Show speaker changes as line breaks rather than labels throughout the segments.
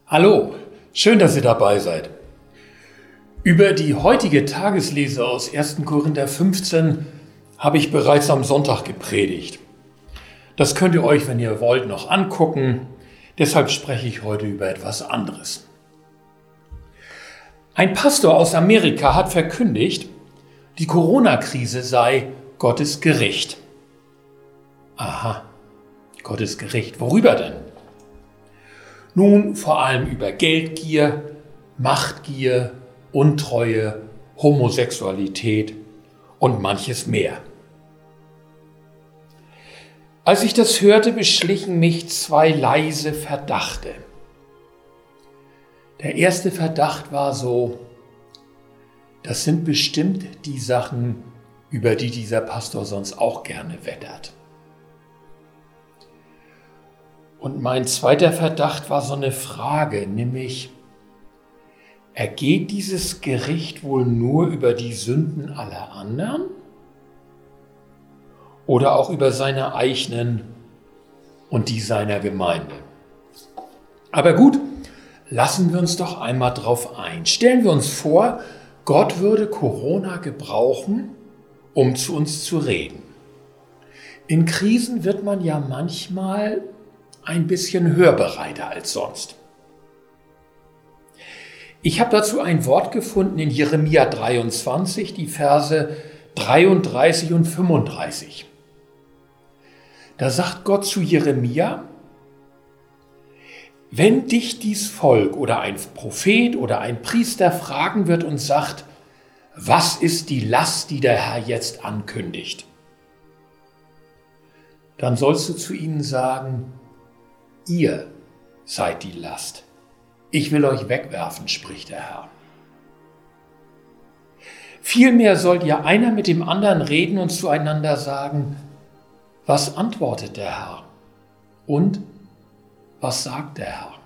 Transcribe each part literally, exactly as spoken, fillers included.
Hallo, schön, dass ihr dabei seid. Über die heutige Tageslese aus ersten Korinther fünfzehn habe ich bereits am Sonntag gepredigt. Das könnt ihr euch, wenn ihr wollt, noch angucken. Deshalb spreche ich heute über etwas anderes. Ein Pastor aus Amerika hat verkündigt, die Corona-Krise sei Gottes Gericht. Aha, Gottes Gericht. Worüber denn? Nun vor allem über Geldgier, Machtgier, Untreue, Homosexualität und manches mehr. Als ich das hörte, beschlichen mich zwei leise Verdachte. Der erste Verdacht war so, das sind bestimmt die Sachen, über die dieser Pastor sonst auch gerne wettert. Und mein zweiter Verdacht war so eine Frage, nämlich, ergeht dieses Gericht wohl nur über die Sünden aller anderen oder auch über seine eigenen und die seiner Gemeinde? Aber gut, lassen wir uns doch einmal drauf ein. Stellen wir uns vor, Gott würde Corona gebrauchen, um zu uns zu reden. In Krisen wird man ja manchmal ein bisschen hörbereiter als sonst. Ich habe dazu ein Wort gefunden in Jeremia dreiundzwanzig, die Verse dreiunddreißig und fünfunddreißig. Da sagt Gott zu Jeremia, wenn dich dies Volk oder ein Prophet oder ein Priester fragen wird und sagt, was ist die Last, die der Herr jetzt ankündigt? Dann sollst du zu ihnen sagen, ihr seid die Last. Ich will euch wegwerfen, spricht der Herr. Vielmehr sollt ihr einer mit dem anderen reden und zueinander sagen, was antwortet der Herr? Und was sagt der Herr?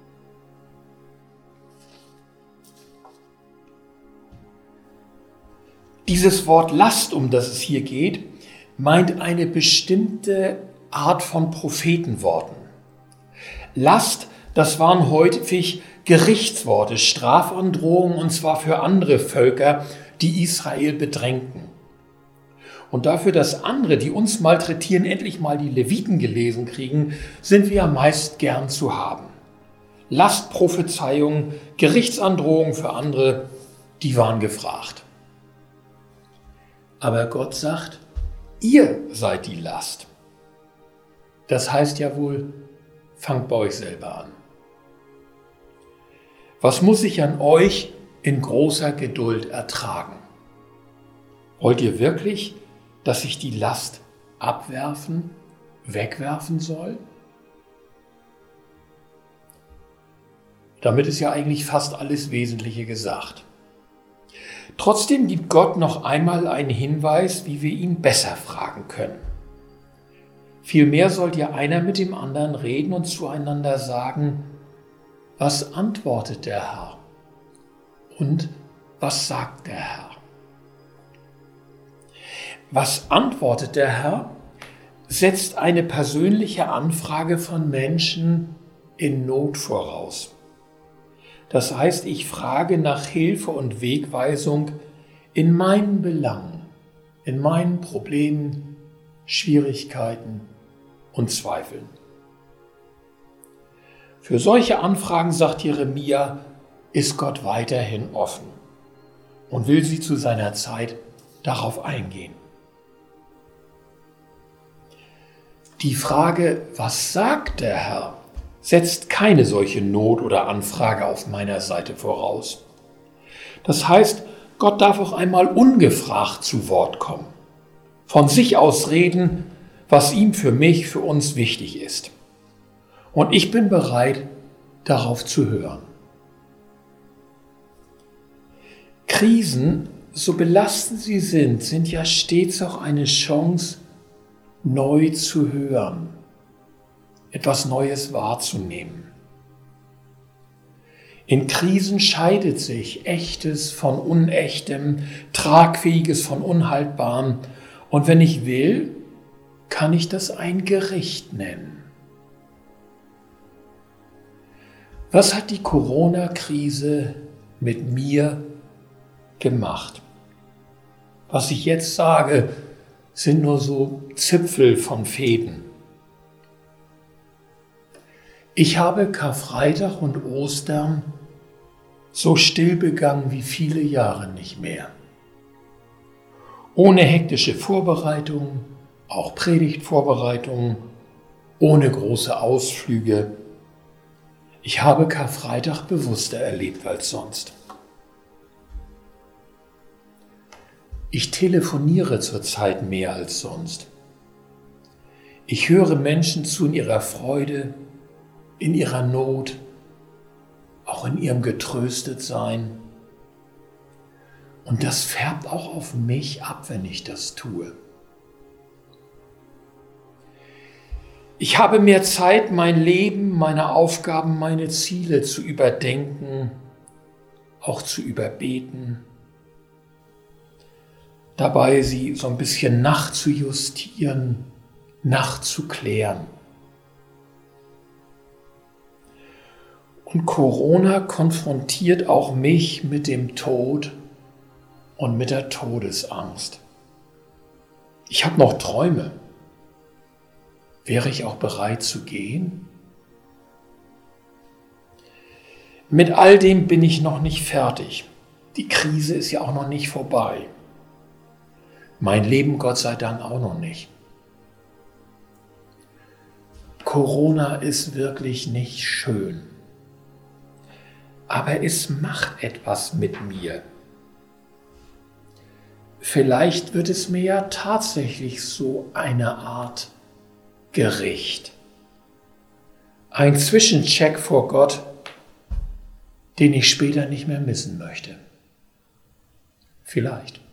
Dieses Wort Last, um das es hier geht, meint eine bestimmte Art von Prophetenworten. Last, das waren häufig Gerichtsworte, Strafandrohungen, und zwar für andere Völker, die Israel bedrängten. Und dafür, dass andere, die uns malträtieren, endlich mal die Leviten gelesen kriegen, sind wir ja meist gern zu haben. Lastprophezeiungen, Gerichtsandrohungen für andere, die waren gefragt. Aber Gott sagt, ihr seid die Last. Das heißt ja wohl, fangt bei euch selber an. Was muss ich an euch in großer Geduld ertragen? Wollt ihr wirklich, dass ich die Last abwerfen, wegwerfen soll? Damit ist ja eigentlich fast alles Wesentliche gesagt. Trotzdem gibt Gott noch einmal einen Hinweis, wie wir ihn besser fragen können. Vielmehr sollt ihr einer mit dem anderen reden und zueinander sagen, was antwortet der Herr? Und was sagt der Herr? Was antwortet der Herr, setzt eine persönliche Anfrage von Menschen in Not voraus. Das heißt, ich frage nach Hilfe und Wegweisung in meinen Belangen, in meinen Problemen, Schwierigkeiten und Zweifeln. Für solche Anfragen, sagt Jeremia, ist Gott weiterhin offen und will sie zu seiner Zeit darauf eingehen. Die Frage, was sagt der Herr, setzt keine solche Not oder Anfrage auf meiner Seite voraus. Das heißt, Gott darf auch einmal ungefragt zu Wort kommen, von sich aus reden, was ihm für mich, für uns wichtig ist. Und ich bin bereit, darauf zu hören. Krisen, so belastend sie sind, sind ja stets auch eine Chance, neu zu hören, etwas Neues wahrzunehmen. In Krisen scheidet sich Echtes von Unechtem, Tragfähiges von Unhaltbarem. Und wenn ich will, kann ich das ein Gericht nennen. Was hat die Corona-Krise mit mir gemacht? Was ich jetzt sage, sind nur so Zipfel von Fäden. Ich habe Karfreitag und Ostern so still begangen wie viele Jahre nicht mehr. Ohne hektische Vorbereitungen, auch Predigtvorbereitungen, ohne große Ausflüge. Ich habe Karfreitag bewusster erlebt als sonst. Ich telefoniere zurzeit mehr als sonst. Ich höre Menschen zu in ihrer Freude, in ihrer Not, auch in ihrem Getröstetsein. Und das färbt auch auf mich ab, wenn ich das tue. Ich habe mehr Zeit, mein Leben, meine Aufgaben, meine Ziele zu überdenken, auch zu überbeten, dabei sie so ein bisschen nachzujustieren, nachzuklären. Und Corona konfrontiert auch mich mit dem Tod und mit der Todesangst. Ich habe noch Träume. Wäre ich auch bereit zu gehen? Mit all dem bin ich noch nicht fertig. Die Krise ist ja auch noch nicht vorbei. Mein Leben Gott sei Dank auch noch nicht. Corona ist wirklich nicht schön. Aber es macht etwas mit mir. Vielleicht wird es mir ja tatsächlich so eine Art Gericht. Ein Zwischencheck vor Gott, den ich später nicht mehr missen möchte. Vielleicht.